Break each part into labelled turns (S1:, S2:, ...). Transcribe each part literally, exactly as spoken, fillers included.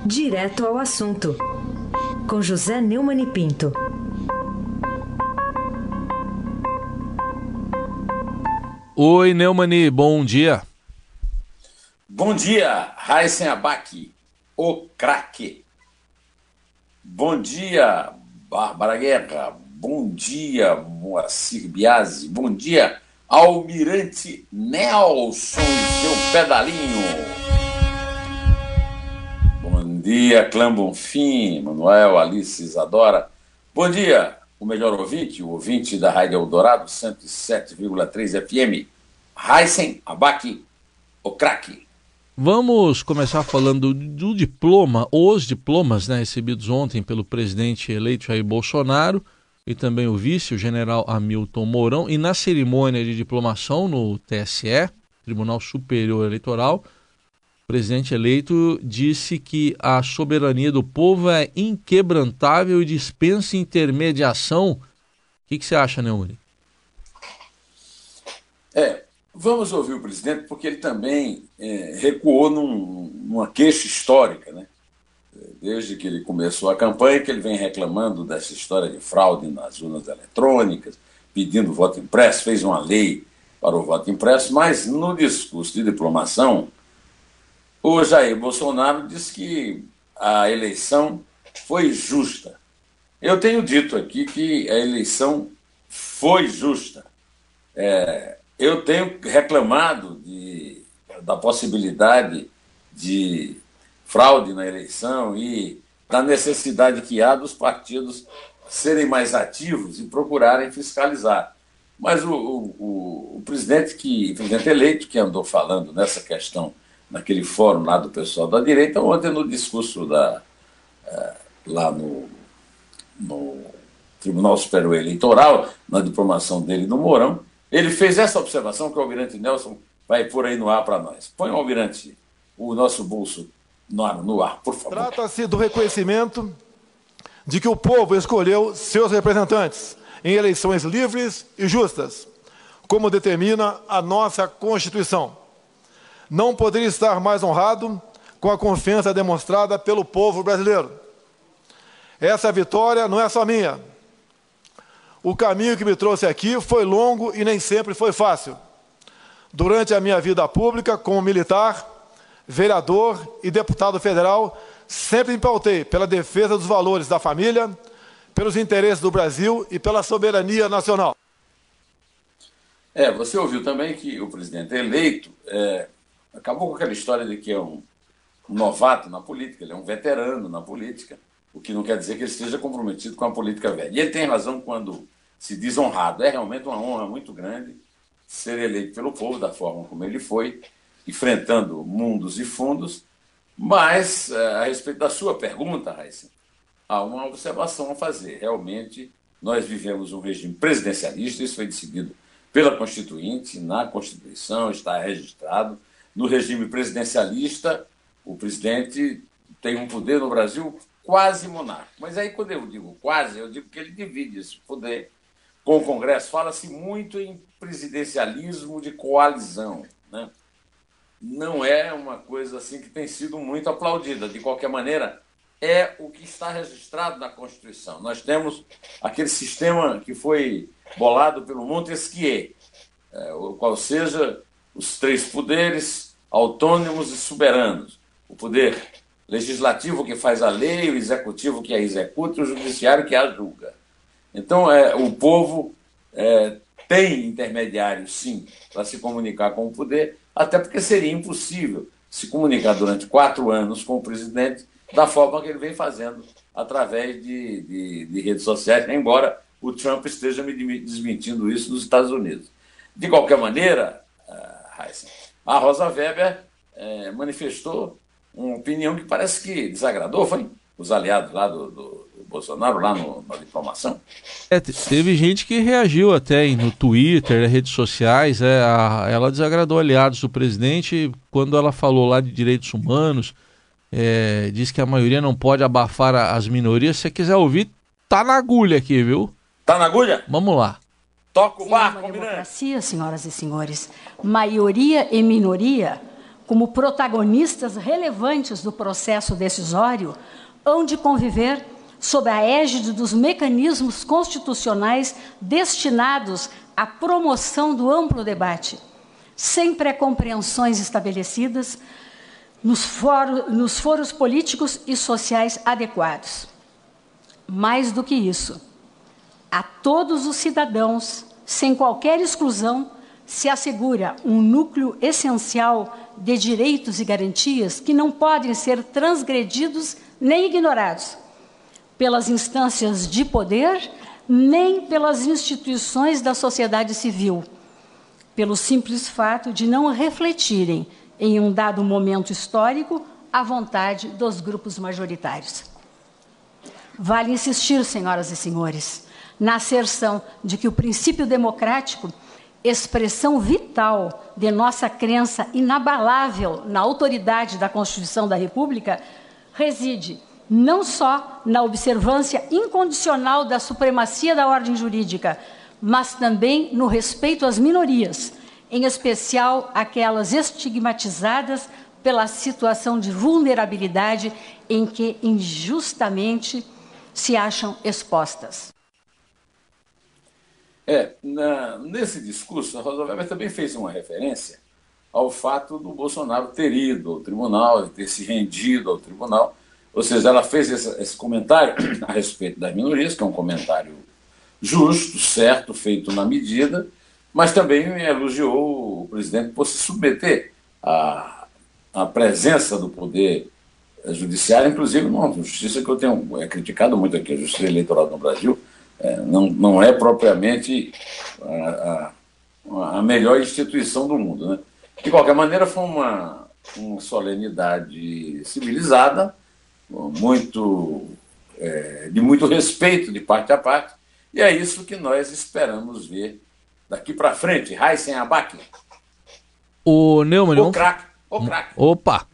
S1: Direto ao assunto, com José Neumann e Pinto.
S2: Oi, Neumann, bom dia.
S3: Bom dia, Raíssen Abac, o craque. Bom dia, Bárbara Guerra. Bom dia, Moacir Biasi. Bom dia, Almirante Nelson e seu pedalinho. Bom dia, Clã Bonfim, Manuel, Alice, Isadora. Bom dia, o melhor ouvinte, o ouvinte da Rádio Eldorado, cento e sete vírgula três F M, Raíssen Abac, o craque.
S2: Vamos começar falando do diploma, os diplomas, né, recebidos ontem pelo presidente eleito Jair Bolsonaro e também o vice, o general Hamilton Mourão, e na cerimônia de diplomação no T S E, Tribunal Superior Eleitoral, o presidente eleito disse que a soberania do povo é inquebrantável e dispensa intermediação. O que, que você acha, Neumann?
S3: É, vamos ouvir o presidente, porque ele também é, recuou num, numa queixa histórica, né? Desde que ele começou a campanha, que ele vem reclamando dessa história de fraude nas urnas eletrônicas, pedindo voto impresso, fez uma lei para o voto impresso, mas no discurso de diplomação, o Jair Bolsonaro disse que a eleição foi justa. Eu tenho dito aqui que a eleição foi justa. É, eu tenho reclamado de, da possibilidade de fraude na eleição e da necessidade que há dos partidos serem mais ativos e procurarem fiscalizar. Mas o, o, o, presidente, que, o presidente eleito que andou falando nessa questão naquele fórum lá do pessoal da direita, ontem no discurso da, uh, lá no, no Tribunal Superior Eleitoral, na diplomação dele no Mourão, ele fez essa observação que o Almirante Nelson vai pôr aí no ar para nós. Põe o Almirante, o nosso bolso no ar, no ar, por favor.
S4: Trata-se do reconhecimento de que o povo escolheu seus representantes em eleições livres e justas, como determina a nossa Constituição. Não poderia estar mais honrado com a confiança demonstrada pelo povo brasileiro. Essa vitória não é só minha. O caminho que me trouxe aqui foi longo e nem sempre foi fácil. Durante a minha vida pública, como militar, vereador e deputado federal, sempre me pautei pela defesa dos valores da família, pelos interesses do Brasil e pela soberania nacional.
S3: É, você ouviu também que o presidente eleito é, acabou com aquela história de que é um, um novato na política, ele é um veterano na política, o que não quer dizer que ele esteja comprometido com a política velha. E ele tem razão quando se diz honrado. É realmente uma honra muito grande ser eleito pelo povo da forma como ele foi, enfrentando mundos e fundos, mas a respeito da sua pergunta, Raíssen, há uma observação a fazer. Realmente, nós vivemos um regime presidencialista, isso foi decidido pela Constituinte, na Constituição, está registrado. No regime presidencialista, o presidente tem um poder no Brasil quase monárquico. Mas aí, quando eu digo quase, eu digo que ele divide esse poder com o Congresso. Fala-se muito em presidencialismo de coalizão, né? Não é uma coisa assim que tem sido muito aplaudida. De qualquer maneira, é o que está registrado na Constituição. Nós temos aquele sistema que foi bolado pelo Montesquieu, é, o qual seja os três poderes autônomos e soberanos. O poder legislativo que faz a lei, o executivo que a executa e o judiciário que a julga. Então, é, o povo é, tem intermediários, sim, para se comunicar com o poder, até porque seria impossível se comunicar durante quatro anos com o presidente da forma que ele vem fazendo através de, de, de redes sociais, embora o Trump esteja me desmentindo isso nos Estados Unidos. De qualquer maneira, uh, a Rosa Weber uh, manifestou uma opinião que parece que desagradou, foi? Os aliados lá do, do, do Bolsonaro, lá no, na diplomação.
S2: É, teve gente que reagiu até no Twitter, nas redes sociais. É, a, ela desagradou aliados do presidente quando ela falou lá de direitos humanos, é, diz que a maioria não pode abafar a, as minorias. Se você quiser ouvir, tá na agulha aqui, viu?
S3: Tá na agulha?
S2: Vamos lá.
S3: Toca o barco,
S5: Almirante. Democracia, senhoras e senhores, maioria e minoria como protagonistas relevantes do processo decisório, hão de conviver sob a égide dos mecanismos constitucionais destinados à promoção do amplo debate, sem pré-compreensões estabelecidas nos, foro, nos foros políticos e sociais adequados. Mais do que isso, a todos os cidadãos, sem qualquer exclusão, se assegura um núcleo essencial de direitos e garantias que não podem ser transgredidos nem ignorados pelas instâncias de poder, nem pelas instituições da sociedade civil, pelo simples fato de não refletirem, em um dado momento histórico, a vontade dos grupos majoritários. Vale insistir, senhoras e senhores, na asserção de que o princípio democrático, expressão vital de nossa crença inabalável na autoridade da Constituição da República, reside não só na observância incondicional da supremacia da ordem jurídica, mas também no respeito às minorias, em especial aquelas estigmatizadas pela situação de vulnerabilidade em que injustamente se acham expostas.
S3: É, na, nesse discurso, a Rosa Weber também fez uma referência ao fato do Bolsonaro ter ido ao tribunal, ter se rendido ao tribunal. Ou seja, ela fez esse, esse comentário a respeito das minorias, que é um comentário justo, certo, feito na medida, mas também elogiou o presidente por se submeter à, à presença do poder judiciário, inclusive numa justiça que eu tenho é, criticado muito aqui, a justiça eleitoral no Brasil, é, não, não é propriamente a, a, a melhor instituição do mundo, né? De qualquer maneira, foi uma, uma solenidade civilizada, muito, é, de muito respeito de parte a parte, e é isso que nós esperamos ver daqui para frente. Raíssen Abac.
S2: O Neumann...
S3: O craque. O craque.
S2: Opa!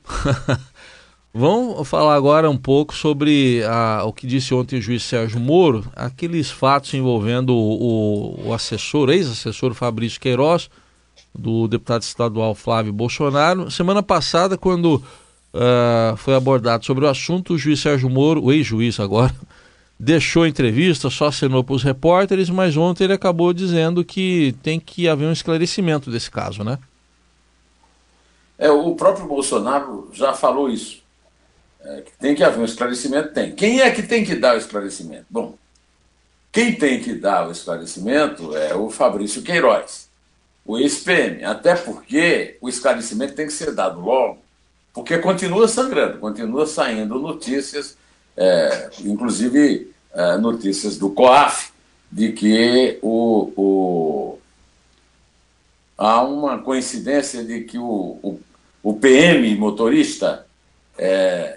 S2: Vamos falar agora um pouco sobre a, o que disse ontem o juiz Sérgio Moro, aqueles fatos envolvendo o, o assessor, ex-assessor Fabrício Queiroz, do deputado estadual Flávio Bolsonaro. Semana passada, quando uh, foi abordado sobre o assunto, o juiz Sérgio Moro, o ex-juiz agora, deixou a entrevista, só acenou para os repórteres, mas ontem ele acabou dizendo que tem que haver um esclarecimento desse caso, né?
S3: É, o próprio Bolsonaro já falou isso. É, que tem que haver um esclarecimento, tem. Quem é que tem que dar o esclarecimento? Bom, quem tem que dar o esclarecimento é o Fabrício Queiroz, o ex-P M, até porque o esclarecimento tem que ser dado logo, porque continua sangrando, continua saindo notícias, é, inclusive é, notícias do COAF, de que o, o, há uma coincidência de que o, o, o P M motorista é,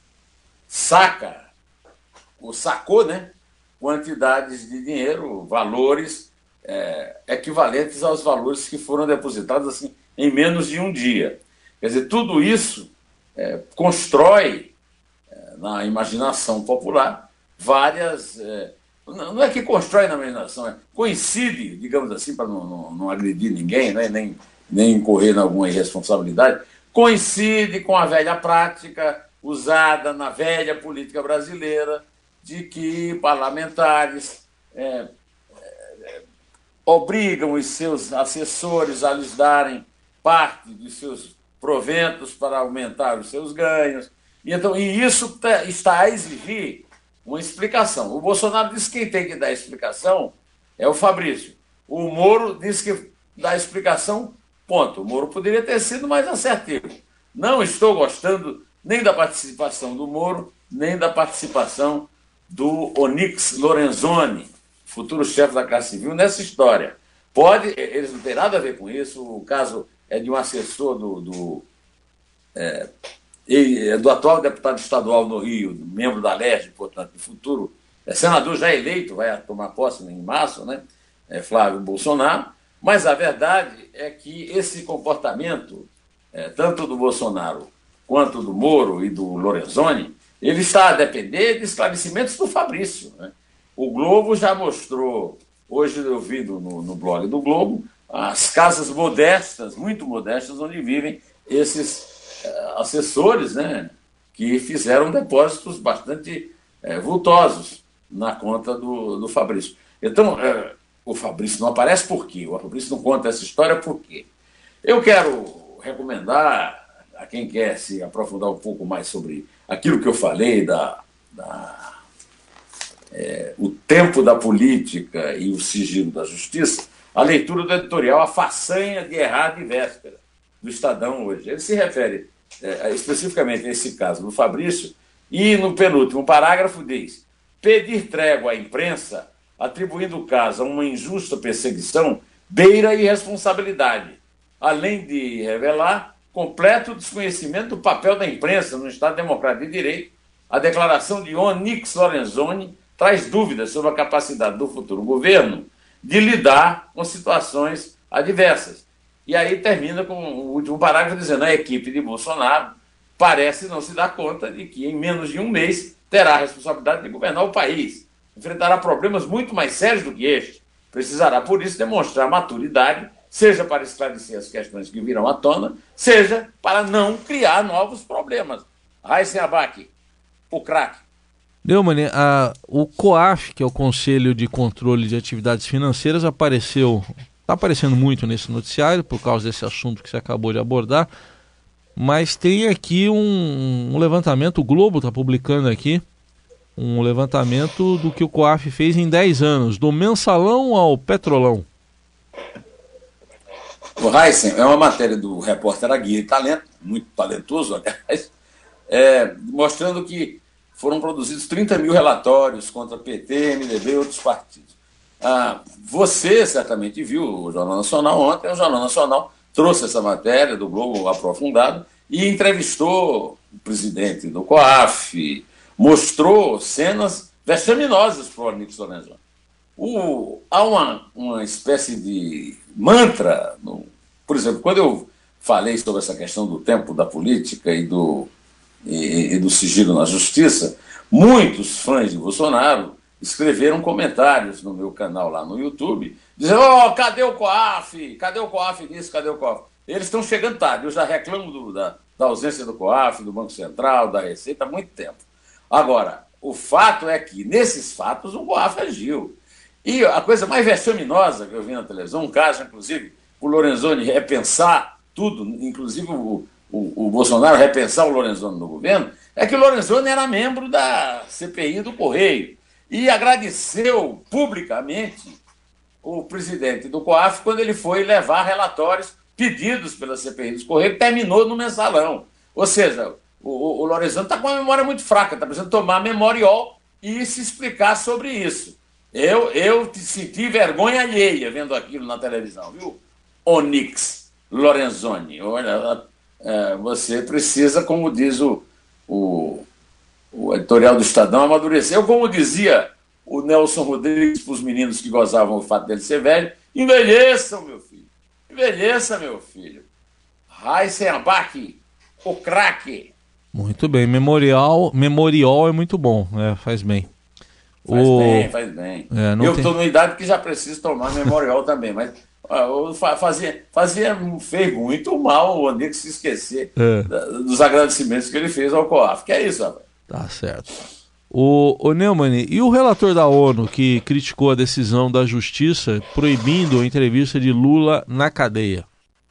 S3: saca, ou sacou, né, quantidades de dinheiro, valores é, equivalentes aos valores que foram depositados assim, em menos de um dia. Quer dizer, tudo isso é, constrói é, na imaginação popular várias... É, não é que constrói na imaginação, é, coincide, digamos assim, para não, não, não agredir ninguém, né, nem, nem incorrer em alguma irresponsabilidade, coincide com a velha prática usada na velha política brasileira, de que parlamentares é, é, obrigam os seus assessores a lhes darem parte dos seus proventos para aumentar os seus ganhos. E, então, e isso está a exigir uma explicação. O Bolsonaro diz que quem tem que dar explicação é o Fabrício. O Moro diz que dá explicação, ponto. O Moro poderia ter sido mais assertivo. Não estou gostando nem da participação do Moro, nem da participação do Onyx Lorenzoni, futuro chefe da Casa Civil, nessa história. Pode, eles não têm nada a ver com isso, o caso é de um assessor do, do, é, do atual deputado estadual no Rio, membro da L E R J, portanto, futuro é, senador já eleito, vai tomar posse em março, né, é, Flávio Bolsonaro, mas a verdade é que esse comportamento, é, tanto do Bolsonaro quanto do Moro e do Lorenzoni, ele está a depender de esclarecimentos do Fabrício, né? O Globo já mostrou, hoje eu vi no, no blog do Globo, as casas modestas, muito modestas, onde vivem esses uh, assessores, né, que fizeram depósitos bastante uh, vultosos na conta do, do Fabrício. Então, uh, o Fabrício não aparece por quê? O Fabrício não conta essa história por quê? Eu quero recomendar a quem quer se aprofundar um pouco mais sobre aquilo que eu falei, da, da, é, o tempo da política e o sigilo da justiça, a leitura do editorial A Façanha de Errar de Véspera, do Estadão hoje. Ele se refere é, especificamente a esse caso do Fabrício e, no penúltimo parágrafo, diz: pedir trégua à imprensa, atribuindo o caso a uma injusta perseguição, beira a irresponsabilidade, além de revelar completo desconhecimento do papel da imprensa no Estado Democrático de Direito. A declaração de Onyx Lorenzoni traz dúvidas sobre a capacidade do futuro governo de lidar com situações adversas. E aí termina com o último parágrafo dizendo: a equipe de Bolsonaro parece não se dar conta de que em menos de um mês terá a responsabilidade de governar o país. Enfrentará problemas muito mais sérios do que este. Precisará, por isso, demonstrar maturidade, seja para esclarecer as questões que virão à tona, seja para não criar novos problemas. Raíssen Abac, o craque.
S2: Neumann, a, o COAF, que é o Conselho de Controle de Atividades Financeiras, apareceu, está aparecendo muito nesse noticiário por causa desse assunto que você acabou de abordar, mas tem aqui um, um levantamento, o Globo está publicando aqui, um levantamento do que o COAF fez em dez anos, do mensalão ao petrolão.
S3: O Raíssen, é uma matéria do repórter Aguirre Talento, muito talentoso, aliás, é, mostrando que foram produzidos trinta mil relatórios contra P T, M D B e outros partidos. Ah, você certamente viu o Jornal Nacional ontem, o Jornal Nacional trouxe essa matéria do Globo aprofundado e entrevistou o presidente do COAF, mostrou cenas vexaminosas para o Onyx Lorenzoni. O, há uma, uma espécie de mantra, no, por exemplo, quando eu falei sobre essa questão do tempo da política e do, e, e do sigilo na justiça, muitos fãs de Bolsonaro escreveram comentários no meu canal lá no YouTube, dizendo: oh, cadê o COAF? Cadê o COAF disso? Cadê o COAF? Eles estão chegando tarde, eu já reclamo do, da, da ausência do COAF, do Banco Central, da Receita há muito tempo. Agora, o fato é que, nesses fatos, o COAF agiu. E a coisa mais vexaminosa que eu vi na televisão, um caso, inclusive, o Lorenzoni repensar tudo, inclusive o, o, o Bolsonaro repensar o Lorenzoni no governo, é que o Lorenzoni era membro da C P I do Correio e agradeceu publicamente o presidente do COAF quando ele foi levar relatórios pedidos pela C P I do Correio, que terminou no mensalão. Ou seja, o, o Lorenzoni está com uma memória muito fraca, está precisando tomar memorial e se explicar sobre isso. Eu, eu senti vergonha alheia vendo aquilo na televisão, viu? Onyx Lorenzoni. Olha, é, você precisa, como diz o, o, o editorial do Estadão, amadurecer. Eu, como dizia o Nelson Rodrigues para os meninos que gozavam o fato dele ser velho, envelheçam, meu filho. Envelheça, meu filho. Raíssen Abac, o craque.
S2: Muito bem. Memorial, memorial é muito bom, é, faz bem.
S3: Faz
S2: o...
S3: bem, faz bem.
S2: É,
S3: eu estou
S2: tem...
S3: numa idade que já preciso tomar memorial também, mas uh, fazia, fazia, fez muito mal o Onyx se esquecer
S2: é.
S3: da, dos agradecimentos que ele fez ao COAF. Que é isso, rapaz?
S2: Tá certo. O, o Neumann, e o relator da ONU que criticou a decisão da Justiça proibindo a entrevista de Lula na cadeia?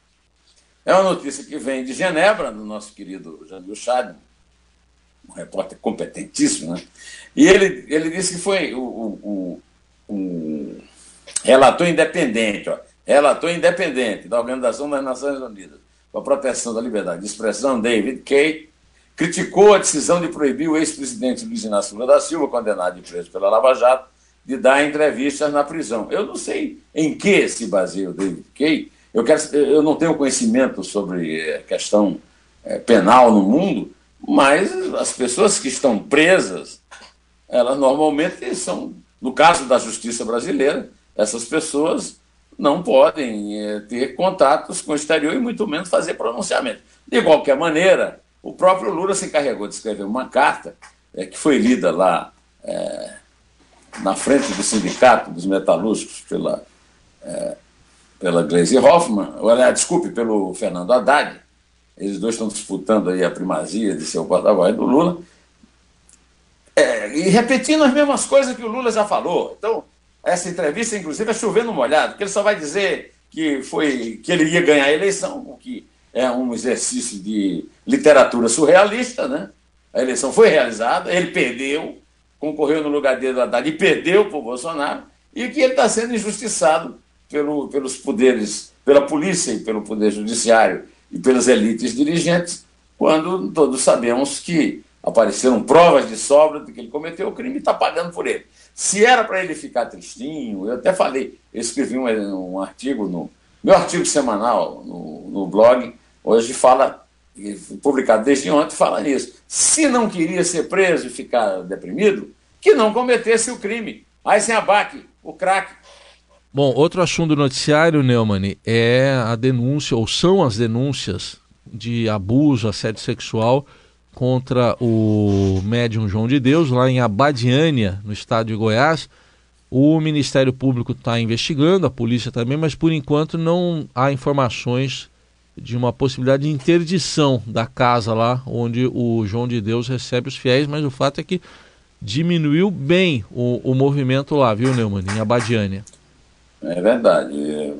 S3: É uma notícia que vem de Genebra, do nosso querido Jamil Chad, um repórter competentíssimo, né? E ele, ele disse que foi o, o, o, o relator independente, ó, relator independente da Organização das Nações Unidas para a Proteção da Liberdade de Expressão, David Kaye, criticou a decisão de proibir o ex-presidente Luiz Inácio Lula da Silva, condenado e preso pela Lava Jato, de dar entrevistas na prisão. Eu não sei em que se baseia o David Kaye, eu, quero, eu não tenho conhecimento sobre a questão é, penal no mundo, mas as pessoas que estão presas, elas normalmente são, no caso da justiça brasileira, essas pessoas não podem é, ter contatos com o exterior e muito menos fazer pronunciamento. De qualquer maneira, o próprio Lula se encarregou de escrever uma carta é, que foi lida lá é, na frente do Sindicato dos Metalúrgicos pela, é, pela Gleisi Hoffmann, ou, aliás, desculpe, pelo Fernando Haddad. eles dois estão disputando aí a primazia de ser o porta-voz do Lula, é, e repetindo as mesmas coisas que o Lula já falou. Então, essa entrevista, inclusive, é chovendo molhado, porque ele só vai dizer que, foi, que ele ia ganhar a eleição, o que é um exercício de literatura surrealista, né? A eleição foi realizada, ele perdeu, concorreu no lugar dele do Haddad e perdeu para o Bolsonaro, e que ele está sendo injustiçado pelo, pelos poderes, pela polícia e pelo poder judiciário e pelas elites dirigentes, quando todos sabemos que apareceram provas de sobra de que ele cometeu o crime e está pagando por ele. Se era para ele ficar tristinho, eu até falei, eu escrevi um, um artigo, no meu artigo semanal no, no blog, hoje fala, publicado desde ontem, fala nisso. Se não queria ser preso e ficar deprimido, que não cometesse o crime. Aí sem abaque, o craque.
S2: Bom, outro assunto do noticiário, Neumann, é a denúncia, ou são as denúncias de abuso, assédio sexual contra o médium João de Deus, lá em Abadiânia, no estado de Goiás. O Ministério Público está investigando, a polícia também, mas por enquanto não há informações de uma possibilidade de interdição da casa lá onde o João de Deus recebe os fiéis, mas o fato é que diminuiu bem o, o movimento lá, viu, Neumann, em Abadiânia.
S3: É verdade.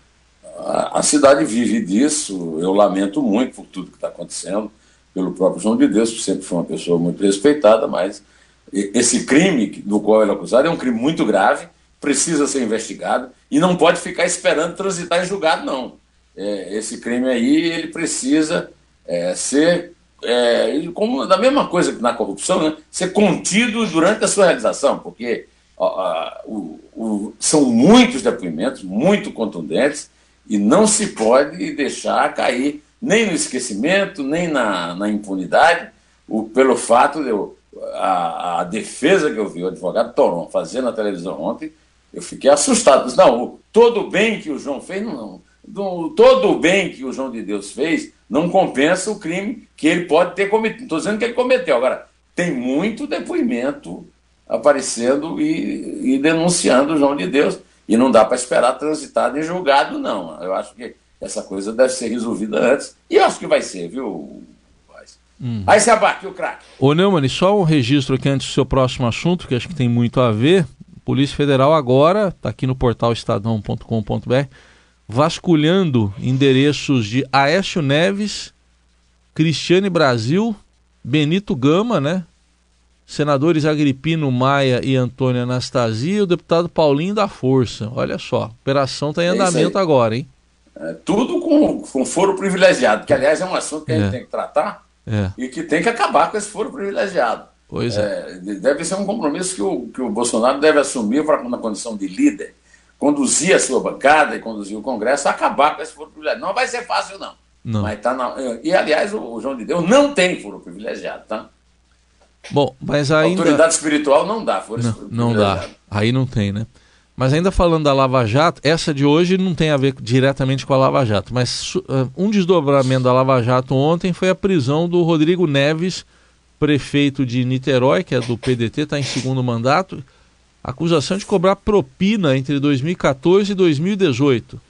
S3: A, a cidade vive disso, eu lamento muito por tudo que está acontecendo, pelo próprio João de Deus, que sempre foi uma pessoa muito respeitada, mas esse crime do qual ele é acusado é um crime muito grave, precisa ser investigado e não pode ficar esperando transitar em julgado, não. É, esse crime aí, ele precisa é, ser, é, como da mesma coisa que na corrupção, né, ser contido durante a sua realização, porque ó, ó, o, o, são muitos depoimentos, muito contundentes, e não se pode deixar cair nem no esquecimento, nem na, na impunidade, o, pelo fato de eu, a, a defesa que eu vi o advogado Toron fazer na televisão ontem, eu fiquei assustado. Disse, não, o, todo o bem que o João fez, não, não do, todo o bem que o João de Deus fez não compensa o crime que ele pode ter cometido. Não estou dizendo que ele cometeu. Agora, tem muito depoimento aparecendo e, e denunciando o João de Deus, e não dá para esperar transitado em julgado, não. Eu acho que essa coisa deve ser resolvida antes. E eu acho que vai ser, viu? Hum. Aí se abate o craque.
S2: Ô Neumann, só um registro aqui antes do seu próximo assunto, que acho que tem muito a ver. Polícia Federal agora, está aqui no portal estadão ponto com ponto b r, vasculhando endereços de Aécio Neves, Cristiane Brasil, Benito Gama, né? Senadores Agripino Maia e Antônio Anastasia, e o deputado Paulinho da Força. Olha só, a operação está em andamento agora, hein?
S3: É, tudo com, com foro privilegiado, que aliás é um assunto que a gente é. tem que tratar é. e que tem que acabar com esse foro privilegiado.
S2: Pois é.
S3: é. Deve ser um compromisso que o, que o Bolsonaro deve assumir para, na condição de líder, conduzir a sua bancada e conduzir o Congresso, acabar com esse foro privilegiado. Não vai ser fácil, não.
S2: não.
S3: Mas tá na, e, aliás, o, o João de Deus não tem foro privilegiado, tá?
S2: Bom, mas ainda...
S3: Autoridade espiritual não dá foro
S2: não,
S3: privilegiado.
S2: Não dá. Aí não tem, né? Mas ainda falando da Lava Jato, essa de hoje não tem a ver diretamente com a Lava Jato, mas uh, um desdobramento da Lava Jato ontem foi a prisão do Rodrigo Neves, prefeito de Niterói, que é do P D T, está em segundo mandato, acusação de cobrar propina entre dois mil e quatorze e dois mil e dezoito.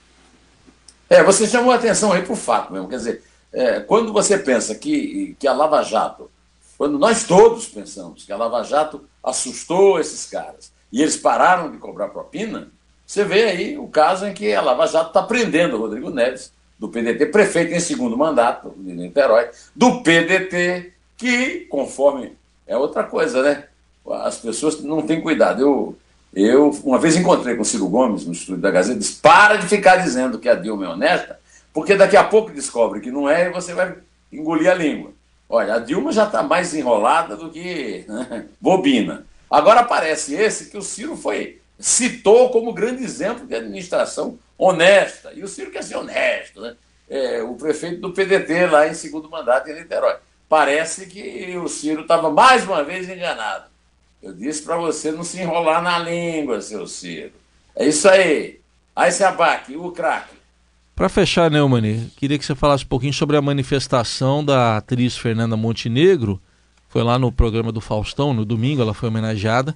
S3: É, você chamou a atenção aí para o fato mesmo, quer dizer, é, quando você pensa que, que a Lava Jato, quando nós todos pensamos que a Lava Jato assustou esses caras, e eles pararam de cobrar propina, você vê aí o caso em que a Lava Jato está prendendo o Rodrigo Neves, do P D T, prefeito em segundo mandato de Niterói, do P D T, que, conforme, é outra coisa, né? As pessoas não têm cuidado. Eu, eu uma vez encontrei com o Ciro Gomes no estúdio da Gazeta e disse, para de ficar dizendo que a Dilma é honesta, porque daqui a pouco descobre que não é e você vai engolir a língua. Olha, a Dilma já está mais enrolada do que né, bobina. Agora aparece esse que o Ciro foi, citou como grande exemplo de administração honesta. E o Ciro quer ser honesto, né? É, o prefeito do P D T lá em segundo mandato em Niterói. Parece que o Ciro estava mais uma vez enganado. Eu disse para você não se enrolar na língua, seu Ciro. É isso aí. Aí se abaque, o craque.
S2: Para fechar, Neumann, queria que você falasse um pouquinho sobre a manifestação da atriz Fernanda Montenegro. Foi lá no programa do Faustão, no domingo, ela foi homenageada,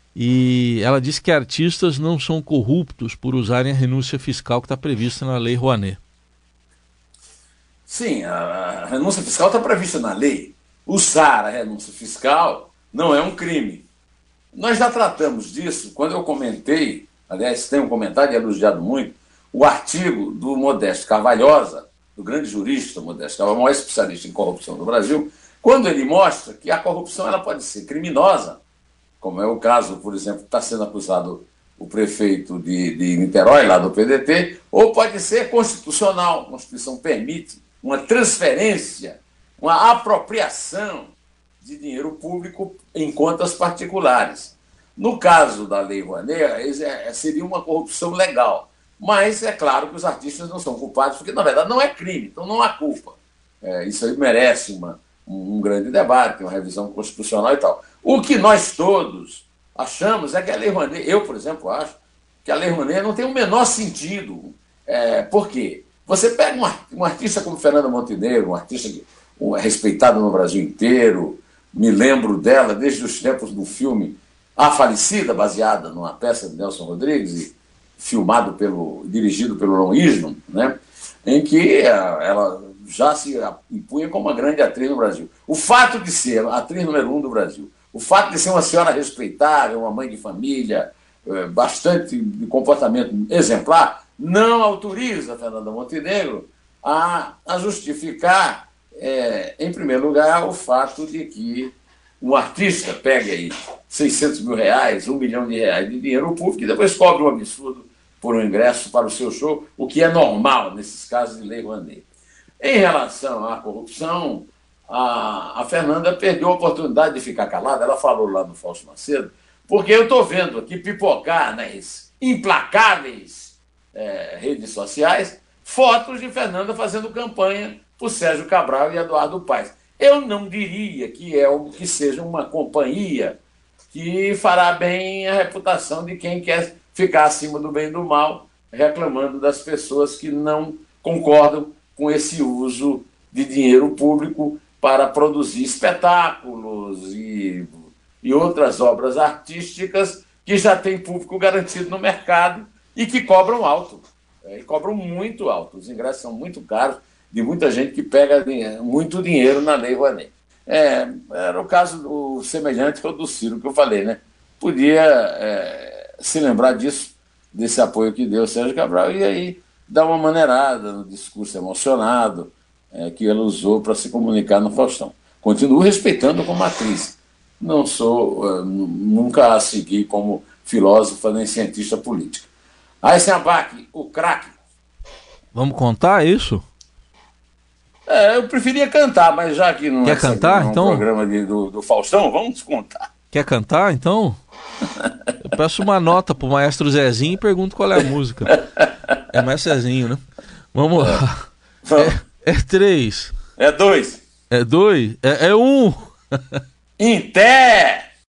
S2: e ela disse que artistas não são corruptos por usarem a renúncia fiscal que está prevista na Lei Rouanet.
S3: Sim, a, a renúncia fiscal está prevista na lei. Usar a renúncia fiscal não é um crime. Nós já tratamos disso quando eu comentei, aliás, tem um comentário elogiado muito, o artigo do Modesto Carvalhosa, do grande jurista Modesto Carvalhosa, o maior especialista em corrupção do Brasil, quando ele mostra que a corrupção ela pode ser criminosa, como é o caso, por exemplo, que está sendo acusado o prefeito de, de Niterói, lá do P D T, ou pode ser constitucional. A Constituição permite uma transferência, uma apropriação de dinheiro público em contas particulares. No caso da Lei Rouanet, seria uma corrupção legal. Mas é claro que os artistas não são culpados, porque, na verdade, não é crime, então não há culpa. É, isso aí merece uma, um, um grande debate, uma revisão constitucional e tal. O que nós todos achamos é que a Lei Rouanet, eu, por exemplo, acho que a Lei Rouanet não tem o menor sentido. É, por quê? Você pega um, um artista como Fernanda Montenegro, um artista que, um, respeitado no Brasil inteiro, me lembro dela desde os tempos do filme A Falecida, baseada numa peça de Nelson Rodrigues, e filmado pelo, dirigido pelo Ron Isman, né, em que ela já se impunha como uma grande atriz no Brasil. O fato de ser a atriz número um do Brasil, o fato de ser uma senhora respeitável, uma mãe de família, bastante de comportamento exemplar, não autoriza a Fernanda Montenegro a, a justificar, é, em primeiro lugar, o fato de que um artista pegue aí seiscentos mil reais, um milhão de reais de dinheiro público e depois cobra um absurdo por um ingresso para o seu show, o que é normal nesses casos de Lei Rouanet. Em relação à corrupção, a, a Fernanda perdeu a oportunidade de ficar calada, ela falou lá no Fausto Macedo, porque eu estou vendo aqui pipocar nas implacáveis é, redes sociais fotos de Fernanda fazendo campanha por Sérgio Cabral e Eduardo Paes. Eu não diria que, é, que seja uma companhia que fará bem a reputação de quem quer ficar acima do bem e do mal, reclamando das pessoas que não concordam com esse uso de dinheiro público para produzir espetáculos e, e outras obras artísticas que já têm público garantido no mercado e que cobram alto, é, e cobram muito alto. Os ingressos são muito caros, de muita gente que pega muito dinheiro na Lei Rouanet. É, era o caso do, semelhante ao do Ciro, que eu falei, né? Podia é, se lembrar disso, desse apoio que deu o Sérgio Cabral, e aí dar uma maneirada no discurso emocionado é, que ela usou para se comunicar no Faustão. Continuo respeitando como atriz. Não sou, nunca a segui como filósofa nem cientista política. Aysen Abac, o craque.
S2: Vamos contar isso?
S3: É, eu preferia cantar, mas já que não
S2: Quer
S3: é
S2: cantar,
S3: um
S2: então?
S3: programa de, do, do Faustão, vamos contar.
S2: Quer cantar, então? Eu peço uma nota pro maestro Zezinho e pergunto qual é a música. É maestro Zezinho, né? Vamos lá. É, é três.
S3: É dois.
S2: É dois? É, é um.
S3: Em pé!